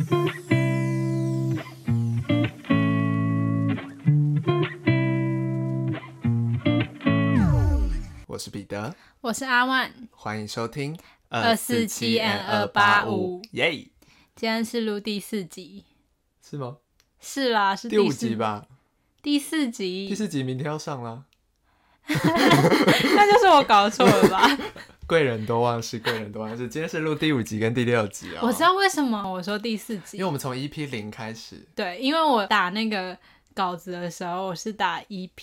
我是彼得， 我是阿万， 欢迎收听 247&285 耶！ 今天是录第4集， 是吗？ 是啦，是第5集吧？ 第4集， 第4集明天要上啦。 那就是我搞错了吧？ 贵人多忘事，贵人多忘事。今天是录第5集跟第6集哦。 我知道为什么我说第4集， 因为我们从 EP0 开始。 对，因为我打那个稿子的时候，我是打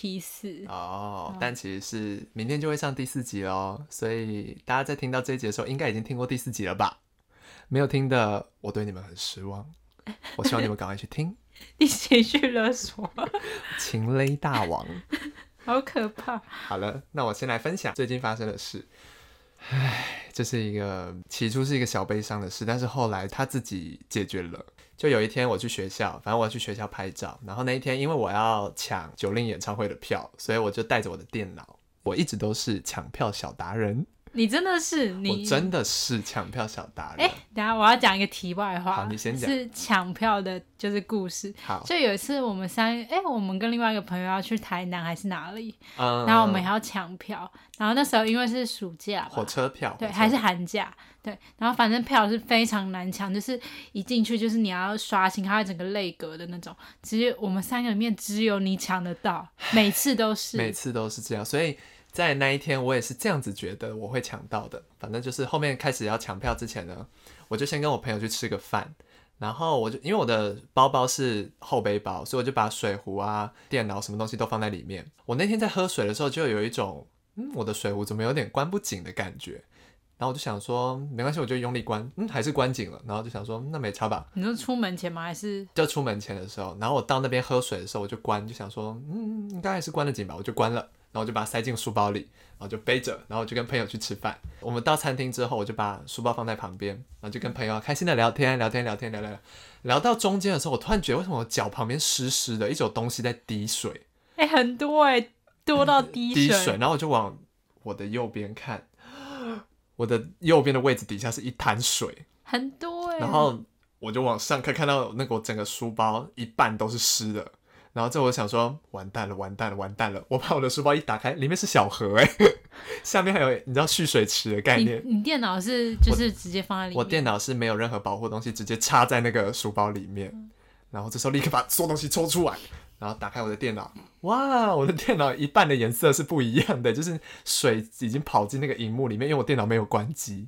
EP4 哦，但其实是明天就会上第4集咯，所以大家在听到这一集的时候，应该已经听过第4集了吧？没有听的，我对你们很失望。我希望你们赶快去听。 你情绪勒索， 情勒大王， 好可怕。 好了，那我先来分享最近发生的事。这是一个起初是一个小悲伤的事，但是后来他自己解决了。就有一天我去学校，反正我要去学校拍照，然后那一天因为我要抢90演唱会的票，所以我就带着我的电脑。我一直都是抢票小达人。 你真的是我真的是抢票小达人。 等一下我要讲一个题外话。 好，你先讲。 是抢票的，就是故事。 好， 就有一次我们我们跟另外一个朋友要去台南还是哪里，然后我们还要抢票，然后那时候因为是暑假吧， 火车票， 对，还是寒假，对，然后反正票是非常难抢，就是一进去就是你要刷新，它会整个类格的那种，其实我们3个里面只有你抢得到，每次都是这样，所以在那一天我也是这样子觉得我会抢到的。反正就是后面开始要抢票之前呢，我就先跟我朋友去吃个饭，然后因为我的包包是后背包，所以我就把水壶啊、电脑什么东西都放在里面。我那天在喝水的时候就有一种我的水壶怎么有点关不紧的感觉，然后我就想说没关系，我就用力关，还是关紧了，然后就想说那没差吧。 你说出门前吗？还是就出门前的时候，然后我到那边喝水的时候我就关，就想说应该还是关得紧吧，我就关了，然后我就把它塞进书包里，然后就背着，然后就跟朋友去吃饭。我们到餐厅之后，我就把书包放在旁边，然后就跟朋友开心的聊天聊到中间的时候，我突然觉得为什么我脚旁边湿湿的，一直有东西在滴水。 很多多到滴水。 然后我就往我的右边看，我的右边的位置底下是一滩水， 很多然后我就往上看到那个我整个书包一半都是湿的。然后这我想说完蛋了，我把我的书包一打开，里面是小河下面还有你知道蓄水池的概念。 你电脑是就是直接放在里面？ 我电脑是没有任何保护的东西，直接插在那个书包里面。然后这时候立刻把所有东西抽出来，然后打开我的电脑，哇，我的电脑一半的颜色是不一样的，就是水已经跑进那个萤幕里面，因为我电脑没有关机。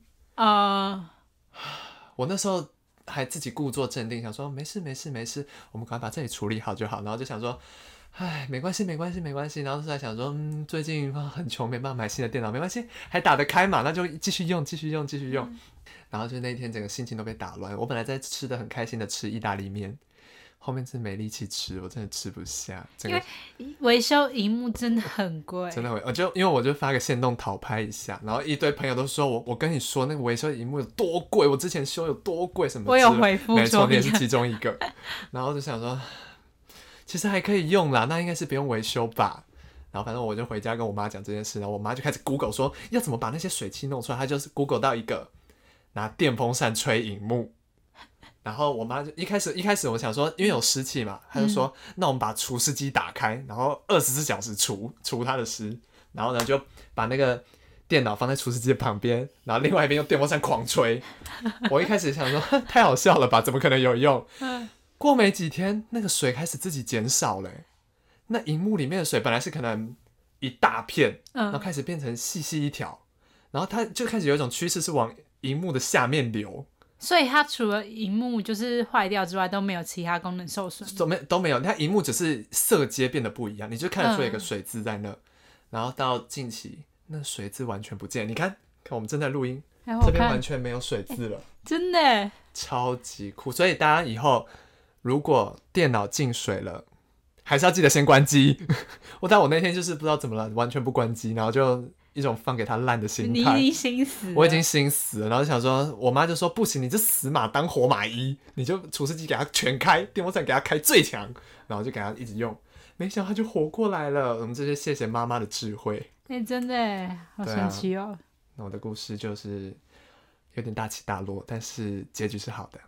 我那时候还自己故作镇定，想说没事，我们赶快把这里处理好就好。然后就想说没关系。然后那时候还想说最近很穷，没办法买新的电脑，没关系，还打得开嘛，那就继续用。然后就那一天整个心情都被打乱。我本来在吃的很开心的吃意大利面，后面真没力气吃，我真的吃不下。 因为维修萤幕真的很贵， 真的会，因为我就发个限动讨拍一下，然后一堆朋友都说我跟你说那个维修萤幕有多贵，我之前修有多贵什么， 我有回复， 没错，你也是其中一个。然后就想说其实还可以用啦，那应该是不用维修吧。然后反正我就回家跟我妈讲这件事，然后我妈就开始 Google 说要怎么把那些水汽弄出来，她就是 Google 到一个拿电风扇吹萤幕。然后我妈就一开始我想说因为有湿气嘛，她就说那我们把除湿机打开，然后24小时除它的湿，然后呢就把那个电脑放在除湿机的旁边，然后另外一边用电风扇狂吹。我一开始想说太好笑了吧，怎么可能有用？过没几天那个水开始自己减少了，那萤幕里面的水本来是可能一大片，然后开始变成细细一条，然后它就开始有一种趋势是往萤幕的下面流。 所以它除了萤幕就是坏掉之外，都没有其他功能受损， 都没有。它萤幕只是色阶变得不一样，你就看得出有一个水渍在那。然后到近期，那水渍完全不见。你看我们正在录音，这边完全没有水渍了， 真的超级酷。所以大家以后如果电脑进水了，还是要记得先关机。但我那天就是不知道怎么了，完全不关机，然后就一种放给他烂的心态。 你已经心死了。 我已经心死了，然后就想说，我妈就说不行，你这死马当活马医，你就除湿机给他全开，电风扇给他开最强，然后就给他一直用。没想到他就活过来了。我们这些谢谢妈妈的智慧。 真的好神奇那我的故事就是有点大起大落，但是结局是好的。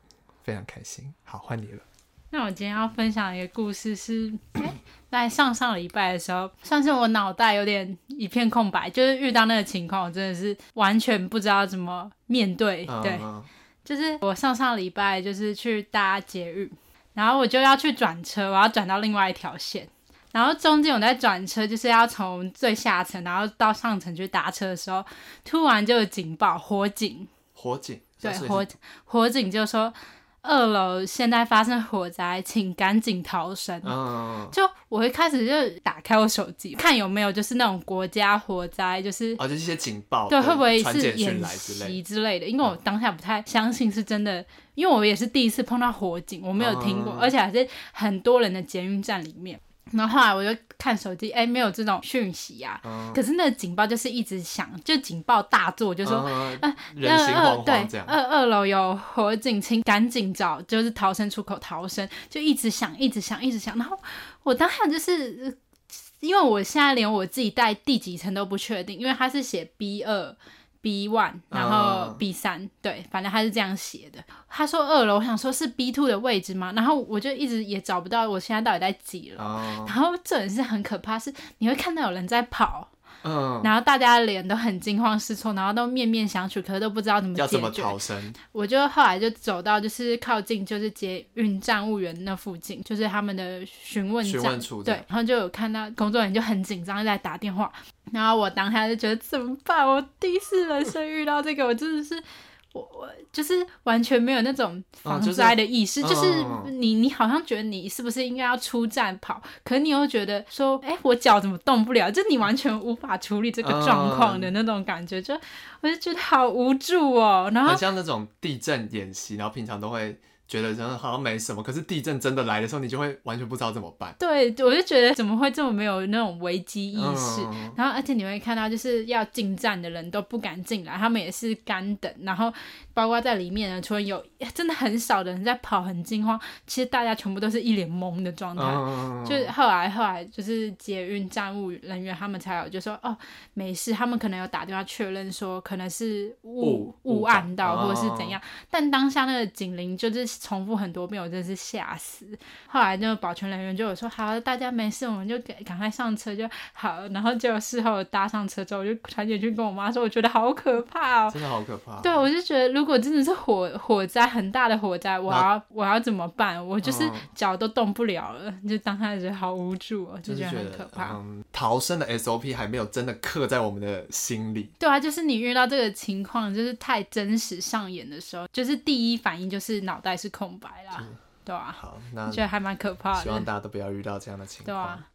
非常开心。好，换你了。 那我今天要分享的一个故事是，在上礼拜的时候，算是我脑袋有点一片空白，就是遇到那个情况，我真的是完全不知道怎么面对。对，就是我上礼拜就是去搭捷运，然后我就要去转车，我要转到另外一条线。然后中间我在转车，就是要从最下层然后到上层去搭车的时候，突然就有警报，火警。对，火警就说2楼现在发生火灾，请赶紧逃生。就我一开始就打开我手机看有没有就是那种国家火灾，就是就是一些警报， 对，会不会是演习之类的？因为我当下不太相信是真的，因为我也是第一次碰到火警，我没有听过，而且还是很多人的捷运站里面。然后后来我就看手机，没有这种讯息啊。可是那个警报就是一直响，就警报大作，就说人心惶惶这样。 2楼有火警，请赶紧找就是逃生出口逃生，就一直响。然后我当下就是因为我现在连我自己在第几层都不确定，因为他是写 B2。B1 然后 B3 对，反正他是这样写的。他说2楼，我想说是 B2 的位置吗？然后我就一直也找不到我现在到底在几楼。然后这也是很可怕，是你会看到有人在跑，然后大家的脸都很惊慌失措，然后都面面相觑，可是都不知道怎么解决， 要怎么逃生。我就后来就走到就是靠近就是捷运站务员那附近，就是他们的询问处，对，然后就有看到工作人员就很紧张在打电话。然后我当下就觉得怎么办？我第一次人生遇到这个，我真的是我就是完全没有那种防灾的意识，就是你好像觉得你是不是应该要出站跑，可是你又觉得说，我脚怎么动不了？就你完全无法处理这个状况的那种感觉，我就觉得好无助哦。然后很像那种地震演习，然后平常都会觉得人好像没什么，可是地震真的来的时候，你就会完全不知道怎么办。 对，我就觉得怎么会这么没有那种危机意识。然后而且你会看到就是要进站的人都不敢进来，他们也是干等，然后包括在里面呢，除了有真的很少的人在跑很惊慌，其实大家全部都是一脸懵的状态。就是后来就是捷运站务人员他们才有就说没事，他们可能有打电话确认说可能是误按到或者是怎样，但当下那个警铃就是重复很多遍，我真的是吓死。后来那个保全人员就有说好，大家没事，我们就赶快上车就好。然后结果事后搭上车之后，我就传简讯跟我妈说，我觉得好可怕真的好可怕。 对，我就觉得如果真的是火灾，很大的火灾，我要怎么办？我就是脚都动不了了，就当时觉得好无助就觉得很可怕。 逃生的 SOP 还没有真的刻在我们的心里。 对啊，就是你遇到这个情况，就是太真实上演的时候，就是第一反应就是脑袋是空白啦。对啊， 好，那觉得还蛮可怕的。 希望大家都不要遇到这样的情况。 对啊。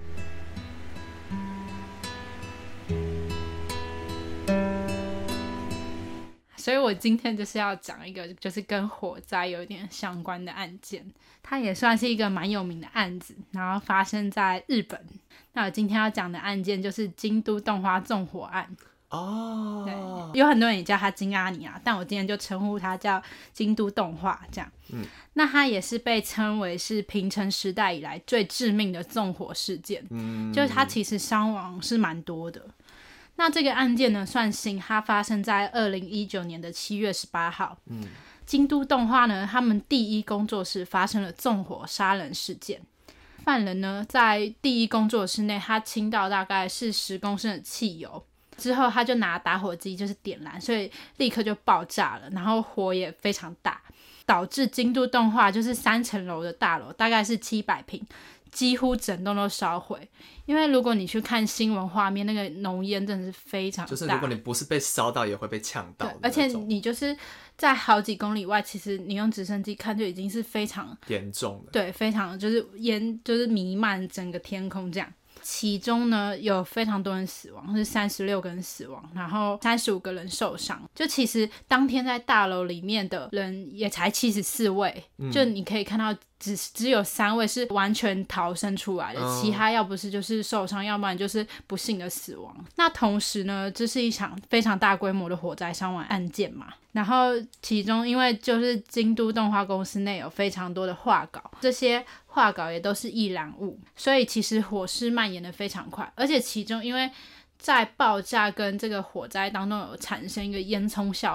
所以我今天就是要讲一个就是跟火灾有一点相关的案件，它也算是一个蛮有名的案子，然后发生在日本。那我今天要讲的案件就是京都动画纵火案。对，有很多人也叫他金阿尼啊，但我今天就称呼他叫京都动画这样。那他也是被称为是平成时代以来最致命的纵火事件。就是他其实伤亡是蛮多的。那这个案件呢算新，它发生在2019年的7月18号。京都动画呢，他们第一工作室发生了纵火杀人事件。犯人呢在第一工作室内，他倾倒大概是10公升的汽油。之后他就拿打火机就是点燃，所以立刻就爆炸了，然后火也非常大，导致京都动画就是3层楼的大楼，大概是700坪，几乎整栋都烧毁。因为如果你去看新闻画面，那个浓烟真的是非常大， 就是如果你不是被烧到也会被呛到的， 而且你就是在好几公里外，其实你用直升机看就已经是非常严重的， 对，非常就是烟就是弥漫整个天空这样。其中呢有非常多人死亡，是36个人死亡，然后35个人受伤。就其实当天在大楼里面的人也才74位，就你可以看到只有3位是完全逃生出来的，其他要不是就是受伤，要不然就是不幸的死亡。那同时呢，这是一场非常大规模的火灾伤亡案件嘛。然后其中因为就是京都动画公司内有非常多的画稿，这些画稿也都是易燃物，所以其实火势蔓延的非常快。而且其中因为在爆炸跟这个火灾当中有产生一个烟囱效应，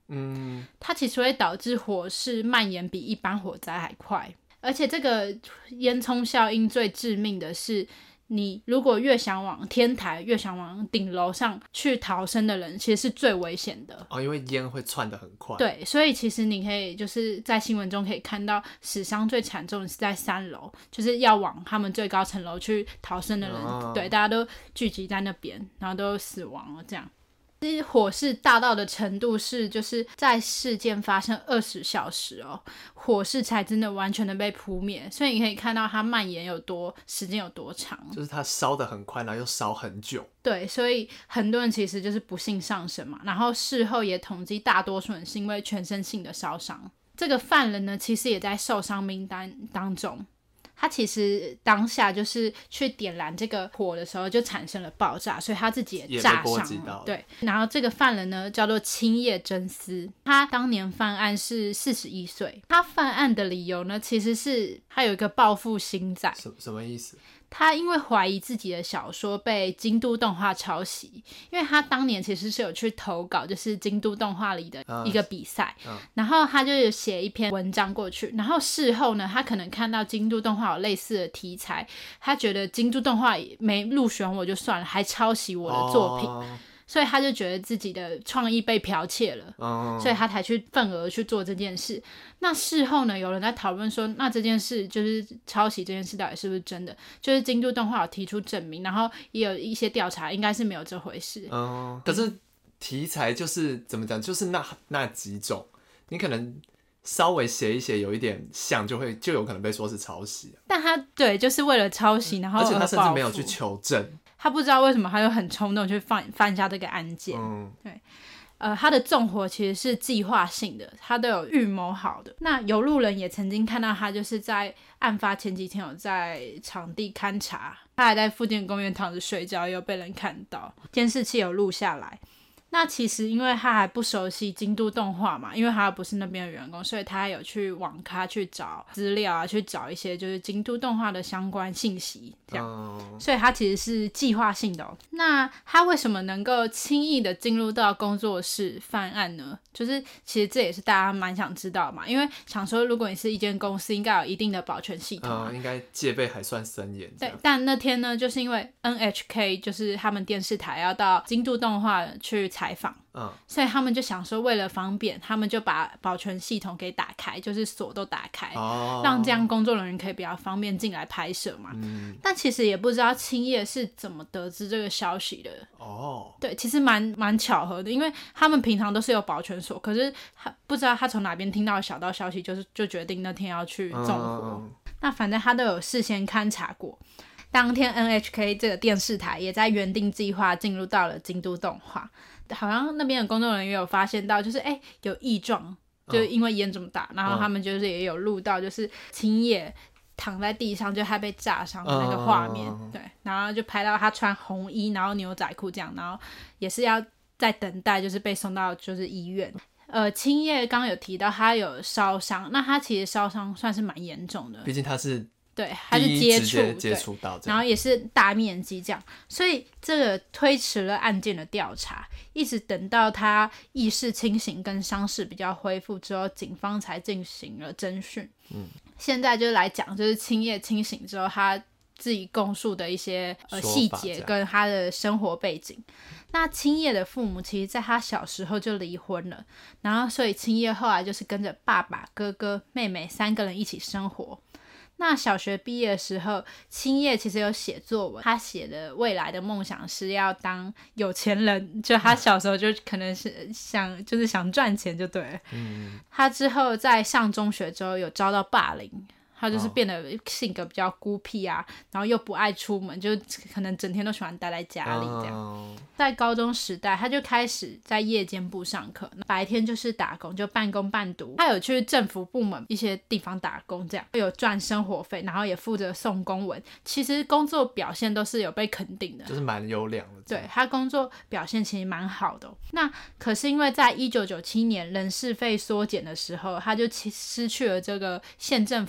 它其实会导致火势蔓延比一般火灾还快。而且这个烟囱效应最致命的是，你如果越想往天台越想往顶楼上去逃生的人，其实是最危险的因为烟会窜得很快。 对，所以其实你可以就是在新闻中可以看到死伤最惨重的是在3楼，就是要往他们最高层楼去逃生的人，对，大家都聚集在那边，然后都死亡了这样。火势大到的程度是，就是在事件发生20小时火势才真的完全的被扑灭，所以你可以看到它蔓延时间有多长， 就是它烧得很快，然后又烧很久。 对，所以很多人其实就是不幸丧生嘛，然后事后也统计大多数人是因为全身性的烧伤。这个犯人呢，其实也在受伤名单当中。他其实当下就是去点燃这个火的时候就产生了爆炸，所以他自己也炸伤了。对，然后这个犯人呢叫做青叶真司，他当年犯案是41岁。他犯案的理由呢，其实是他有一个报复心在。 什么意思？ 他因为怀疑自己的小说被京都动画抄袭，因为他当年其实是有去投稿就是京都动画里的一个比赛，然后他就有写一篇文章过去，然后事后呢他可能看到京都动画有类似的题材，他觉得京都动画没入选我就算了，还抄袭我的作品，所以他就觉得自己的创意被剽窃了，所以他才去愤而去做这件事。那事后呢，有人在讨论说，那这件事就是抄袭这件事到底是不是真的？就是京都动画有提出证明，然后也有一些调查，应该是没有这回事。 可是题材就是怎么讲，就是那几种，你可能稍微写一写有一点像，就有可能被说是抄袭。 但他对，就是为了抄袭，然后而且他甚至没有去求证。 他不知道为什么他就很冲动去犯下这个案件。对，他的纵火其实是计划性的，他都有预谋好的。那有路人也曾经看到他就是在案发前几天有在场地勘察，他还在附近公园躺着睡觉，也有被人看到，监视器有录下来。那其实因为他还不熟悉京都动画嘛，因为他不是那边的员工，所以他还有去网咖去找资料啊，去找一些就是京都动画的相关信息这样，所以他其实是计划性的那他为什么能够轻易的进入到工作室犯案呢？就是其实这也是大家蛮想知道嘛，因为想说如果你是一间公司，应该有一定的保全系统应该戒备还算森严。 对，但那天呢，就是因为 NHK 就是他们电视台要到京都动画去采访，所以他们就想说为了方便，他们就把保全系统给打开，就是锁都打开，让这样工作人员可以比较方便进来拍摄嘛。但其实也不知道青叶是怎么得知这个消息的。对，其实蛮巧合的，因为他们平常都是有保全锁，可是不知道他从哪边听到小道消息，就决定那天要去纵火。那反正他都有事先勘察过。当天 NHK 这个电视台也在原定计划进入到了京都动画，好像那边的工作人员有发现到就是有异状，就因为烟这么大，然后他们就是也有录到就是青叶躺在地上就他被炸伤的那个画面，对，然后就拍到他穿红衣然后牛仔裤这样，然后也是要在等待就是被送到就是医院。青叶刚刚有提到他有烧伤，那他其实烧伤算是蛮严重的， 毕竟他是对，他是接触到， 然后也是大面积这样，所以这个推迟了案件的调查，一直等到他意识清醒跟伤势比较恢复之后，警方才进行了侦讯。现在就来讲，就是青叶清醒之后，他自己供述的一些细节跟他的生活背景。那青叶的父母其实在他小时候就离婚了，然后所以青叶后来就是跟着爸爸、哥哥、妹妹3个人一起生活。那小学毕业的时候，青叶其实有写作文，他写的未来的梦想是要当有钱人，就他小时候就可能是想赚钱就对了。他之后在上中学之后有遭到霸凌，他就是变得性格比较孤僻啊，然后又不爱出门，就可能整天都喜欢待在家里这样。在高中时代，他就开始在夜间部上课，白天就是打工，就半工半读。他有去政府部门一些地方打工，这样有赚生活费，然后也负责送公文。其实工作表现都是有被肯定的， 就是蛮优良的。 对，他工作表现其实蛮好的那可是因为在1997年人事费缩减的时候，他就失去了这个县政府的工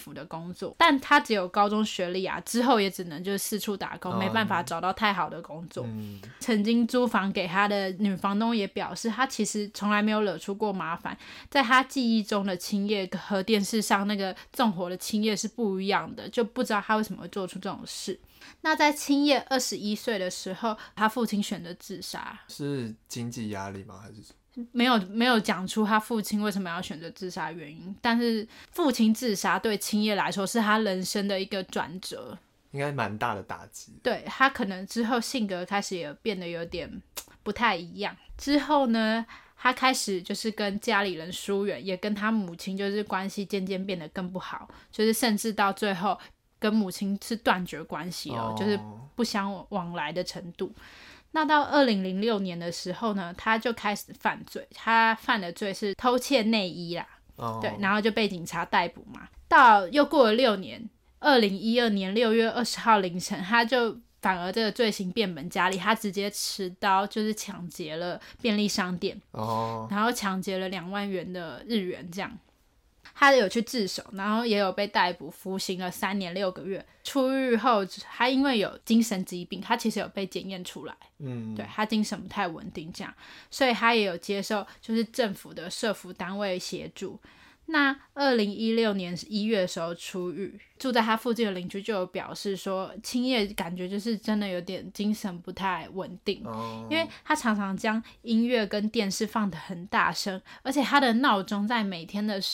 工作，但他只有高中学历啊，之后也只能就是四处打工，没办法找到太好的工作。曾经租房给他的女房东也表示，他其实从来没有惹出过麻烦，在他记忆中的青叶和电视上那个纵火的青叶是不一样的，就不知道他为什么会做出这种事。那在青叶21岁的时候，他父亲选择自杀， 是经济压力吗？还是没有讲出他父亲为什么要选择自杀原因，但是父亲自杀对青叶来说是他人生的一个转折， 应该蛮大的打击。 对，他可能之后性格开始也变得有点不太一样。之后呢，他开始就是跟家里人疏远，也跟他母亲就是关系渐渐变得更不好，就是甚至到最后跟母亲是断绝关系了，就是不相往来的程度。那到2006年的时候呢，他就开始犯罪，他犯的罪是偷窃内衣啦，对，然后就被警察逮捕嘛。到又过了6年，2012年6月20号凌晨，他就反而这个罪行变本加厉，他直接持刀就是抢劫了便利商店，然后抢劫了2万元的日元这样。他有去自首，然后也有被逮捕，服刑了3年6个月。出狱后，他因为有精神疾病，他其实有被检验出来，对，他精神不太稳定这样，所以他也有接受就是政府的社福单位协助。那2016年1月的时候出狱，住在他附近的邻居就有表示说，青叶感觉就是真的有点精神不太稳定，因为他常常将音乐跟电视放得很大声，而且他的闹钟在每天的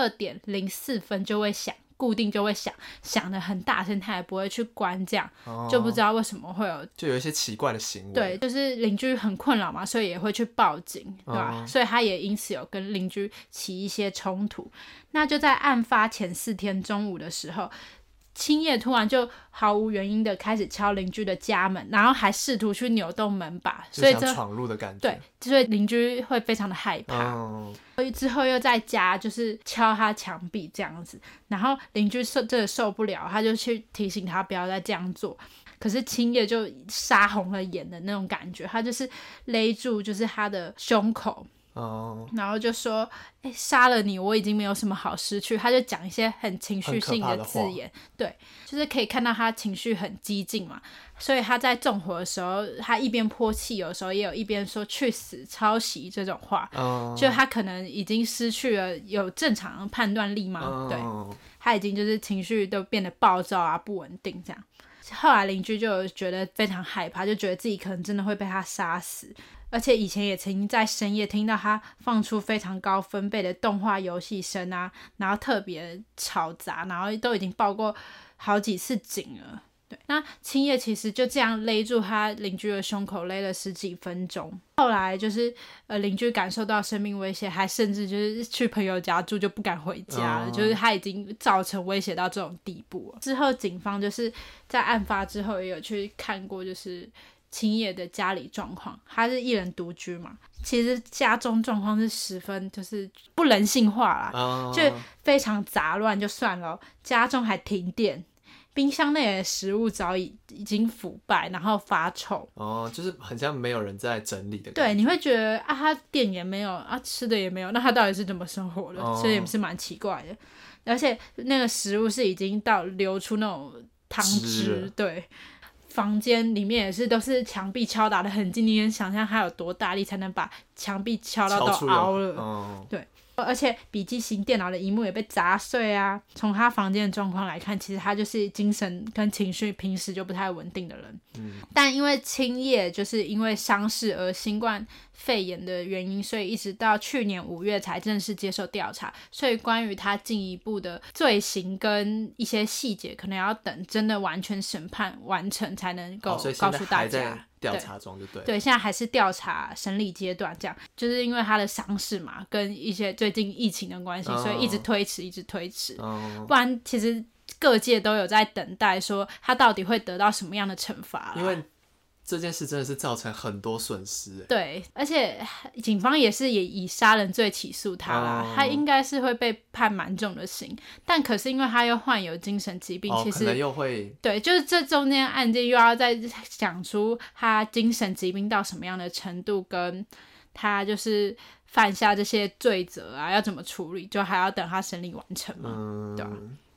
12:04就会响，固定就会响得很大声，他也不会去关，这样就不知道为什么会有一些奇怪的行为。 对，就是邻居很困扰嘛，所以也会去报警，对吧？所以他也因此有跟邻居起一些冲突。那就在案发前4天中午的时候，青叶突然就毫无原因的开始敲邻居的家门，然后还试图去扭动门把，所以就像闯入的感觉。 对，所以邻居会非常的害怕。所以之后又在家就是敲他墙壁这样子，然后邻居真的受不了，他就去提醒他不要再这样做。可是青叶就杀红了眼的那种感觉，他就是勒住就是他的胸口。然后就说杀了你我已经没有什么好失去，他就讲一些很情绪性的字眼，对，就是可以看到他情绪很激进嘛，所以他在纵火的时候，他一边泼汽油的时候也有一边说去死抄袭这种话，就他可能已经失去了有正常的判断力嘛，对，他已经就是情绪都变得暴躁啊不稳定这样。后来邻居就觉得非常害怕，就觉得自己可能真的会被他杀死，而且以前也曾经在深夜听到他放出非常高分贝的动画游戏声啊，然后特别吵杂，然后都已经报过好几次警了。对，那青叶其实就这样勒住他邻居的胸口，勒了10几分钟。后来就是邻居感受到生命威胁，还甚至就是去朋友家住，就不敢回家了，就是他已经造成威胁到这种地步了。之后警方就是在案发之后也有去看过，就是青叶的家里状况，他是一人独居嘛，其实家中状况是十分就是不人性化啦，就非常杂乱就算了，家中还停电，冰箱内的食物早已经腐败，然后发臭。 就是很像没有人在整理的感觉。 对，你会觉得啊，他电也没有啊，吃的也没有，那他到底是怎么生活的？所以也是蛮奇怪的。而且那个食物是已经到流出那种汤汁，对。房间里面也是都是墙壁敲打的痕迹，你能想象他有多大力才能把墙壁敲到都凹了，对。而且笔记型电脑的萤幕也被砸碎啊。从他房间的状况来看，其实他就是精神跟情绪平时就不太稳定的人。但因为青叶就是因为伤势而新冠肺炎的原因，所以一直到去年5月才正式接受调查。所以关于他进一步的罪行跟一些细节，可能要等真的完全审判完成才能够告诉大家。 调查中就对， 对，现在还是调查审理阶段，这样就是因为他的伤势嘛，跟一些最近疫情的关系，所以一直推迟，不然其实各界都有在等待说他到底会得到什么样的惩罚啦。 因为这件事真的是造成很多损失。 对，而且警方也以杀人罪起诉他啦，他应该是会被判蛮重的刑，但可是因为他又患有精神疾病，其实可能又会对，就是这中间案件又要再讲出他精神疾病到什么样的程度，跟他就是犯下这些罪责啊要怎么处理，就还要等他审理完成嘛，对吧？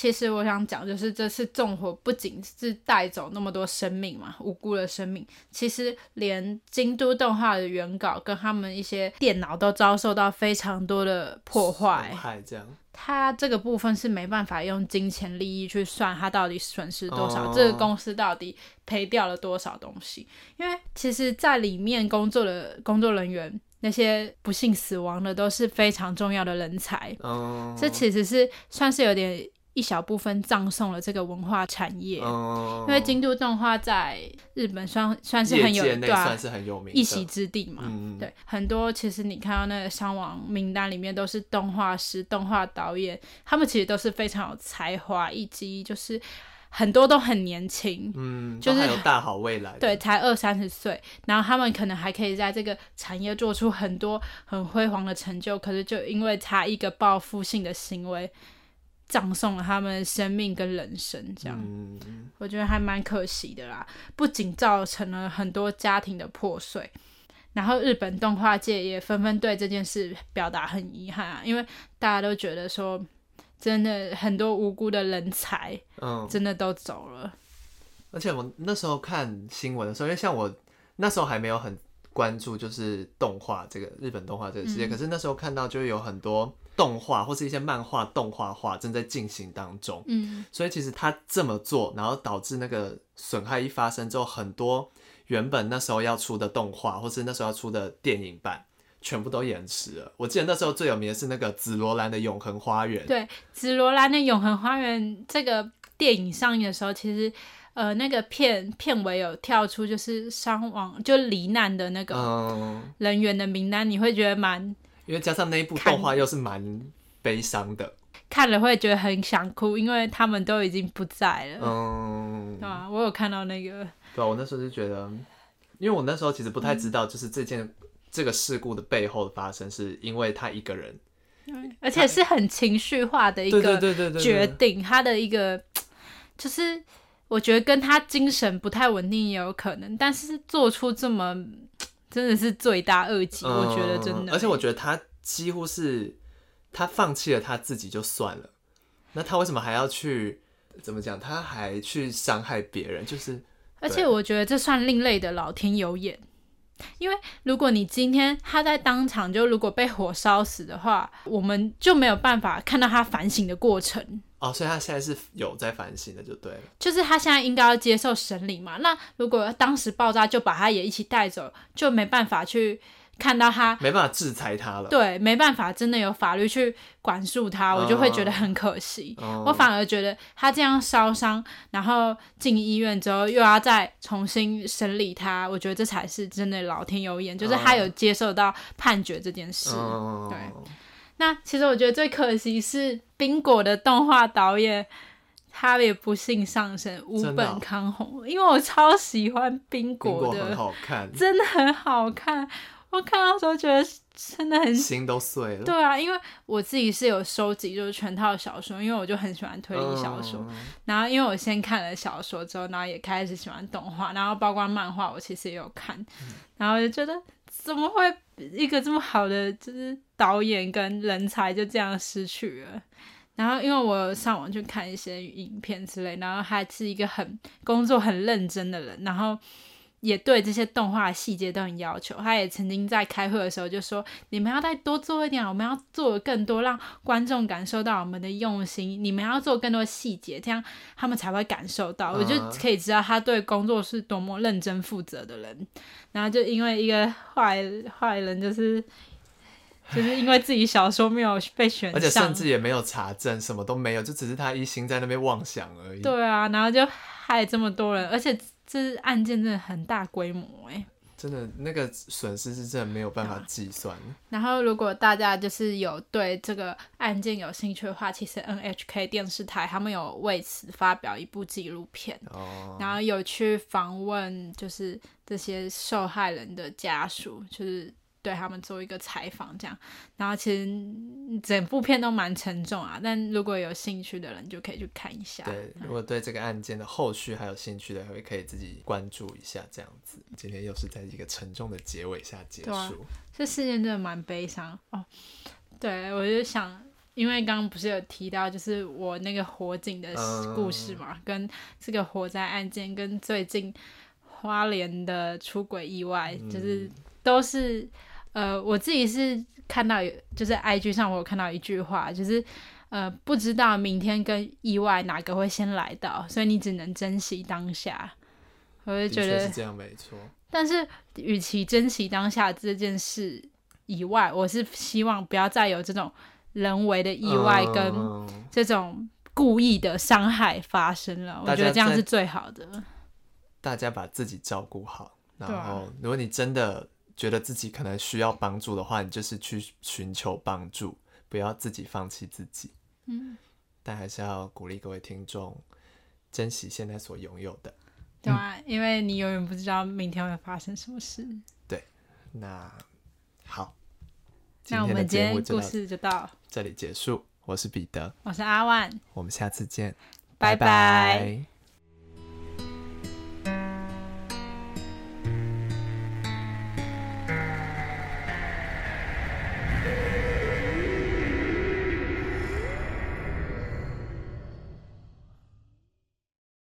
其实我想讲，就是这次纵火不仅是带走那么多生命嘛，无辜的生命，其实连京都动画的原稿跟他们一些电脑都遭受到非常多的破坏。 这样， 他这个部分是没办法用金钱利益去算他到底损失多少，这个公司到底赔掉了多少东西。因为其实在里面工作的工作人员，那些不幸死亡的都是非常重要的人才，这其实是算是有点一小部分葬送了这个文化产业，因为京都动画在日本算是很有，对啊， 算是很有名的一席之地嘛。对，很多其实你看到那个伤亡名单里面都是动画师、动画导演，他们其实都是非常有才华，以及就是很多都很年轻， 就是还有大好未来， 对，才20-30岁，然后他们可能还可以在这个产业做出很多很辉煌的成就，可是就因为他一个报复性的行为，葬送了他们的生命跟人生，这样，我觉得还蛮可惜的啦。不仅造成了很多家庭的破碎，然后日本动画界也纷纷对这件事表达很遗憾啊，因为大家都觉得说，真的很多无辜的人才，真的都走了。 而且我那时候看新闻的时候，因为像我那时候还没有很关注就是动画这个日本动画这个世界，可是那时候看到就有很多动画或是一些漫画动画化正在进行当中，所以其实他这么做，然后导致那个损害一发生之后，很多原本那时候要出的动画或是那时候要出的电影版全部都延迟了。我记得那时候最有名的是那个紫罗兰的永恒花园， 对，紫罗兰的永恒花园这个电影上映的时候，其实那个片尾有跳出就是伤亡就罹难的那个人员的名单，你会觉得蛮， 因为加上那一部动画又是蛮悲伤的， 看了会觉得很想哭，因为他们都已经不在了。对啊，我有看到那个。 对啊，我那时候就觉得，因为我那时候其实不太知道，就是这个事故的背后的发生，是因为他一个人， 而且是很情绪化的一个决定，他的一个就是。我觉得跟他精神不太稳定也有可能，但是做出这么真的是罪大恶极，我觉得真的。 而且我觉得他几乎是他放弃了他自己就算了，那他为什么还要去怎么讲？他还去伤害别人，就是。 而且我觉得这算另类的老天有眼，因为如果你今天他在当场就如果被火烧死的话，我们就没有办法看到他反省的过程。 所以他现在是有在反省的，就对了。 就是他现在应该要接受审理嘛。那如果当时爆炸就把他也一起带走，就没办法去看到他， 没办法制裁他了。 对，没办法真的有法律去管束他，我就会觉得很可惜。我反而觉得他这样烧伤，然后进医院之后又要再重新审理他，我觉得这才是真的老天有眼，就是他有接受到判决这件事。对。那其实我觉得最可惜是冰果的动画导演，他也不幸上身，无本康弘。因为我超喜欢冰果的， 冰果很好看， 真的很好看。我看到的时候觉得真的很心都碎了。 对啊，因为我自己是有收集就是全套小说，因为我就很喜欢推理小说。然后因为我先看了小说之后，然后也开始喜欢动画，然后包括漫画我其实也有看，然后就觉得怎么会一个这么好的就是导演跟人才就这样失去了。然后因为我有上网去看一些影片之类，然后他是一个工作很认真的人，然后也对这些动画的细节都很要求。他也曾经在开会的时候就说，你们要再多做一点，我们要做的更多，让观众感受到我们的用心，你们要做更多细节，这样他们才会感受到。我就可以知道他对工作是多么认真负责的人。然后就因为一个坏人就是因为自己小说没有被选上， 而且甚至也没有查证，什么都没有，就只是他一心在那边妄想而已。 对啊，然后就害这么多人，而且这案件真的很大规模真的那个损失是真的没有办法计算。 然后如果大家就是有对这个案件有兴趣的话，其实 NHK 电视台他们有为此发表一部纪录片，然后有去访问就是这些受害人的家属，就是对他们做一个采访这样。然后其实整部片都蛮沉重啊，但如果有兴趣的人就可以去看一下。 对，如果对这个案件的后续还有兴趣的，也可以自己关注一下这样子。今天又是在一个沉重的结尾下结束。 这事件真的蛮悲伤哦。对，我就想因为刚刚不是有提到，就是我那个火警的故事嘛，跟这个火灾案件，跟最近花莲的出轨意外，就是都是我自己是看到就是 IG 上我有看到一句话，就是不知道明天跟意外哪个会先来到，所以你只能珍惜当下。我就觉得的确是这样，没错。 但是与其珍惜当下这件事以外，我是希望不要再有这种人为的意外跟这种故意的伤害发生了。我觉得这样是最好的。 大家把自己照顾好，然后如果你真的觉得自己可能需要帮助的话，你就是去寻求帮助，不要自己放弃自己。但还是要鼓励各位听众珍惜现在所拥有的。 对啊，因为你永远不知道明天会发生什么事。 对，那好， 那我们今天故事就到这里结束。我是彼得， 我是阿万， 我们下次见， 拜拜。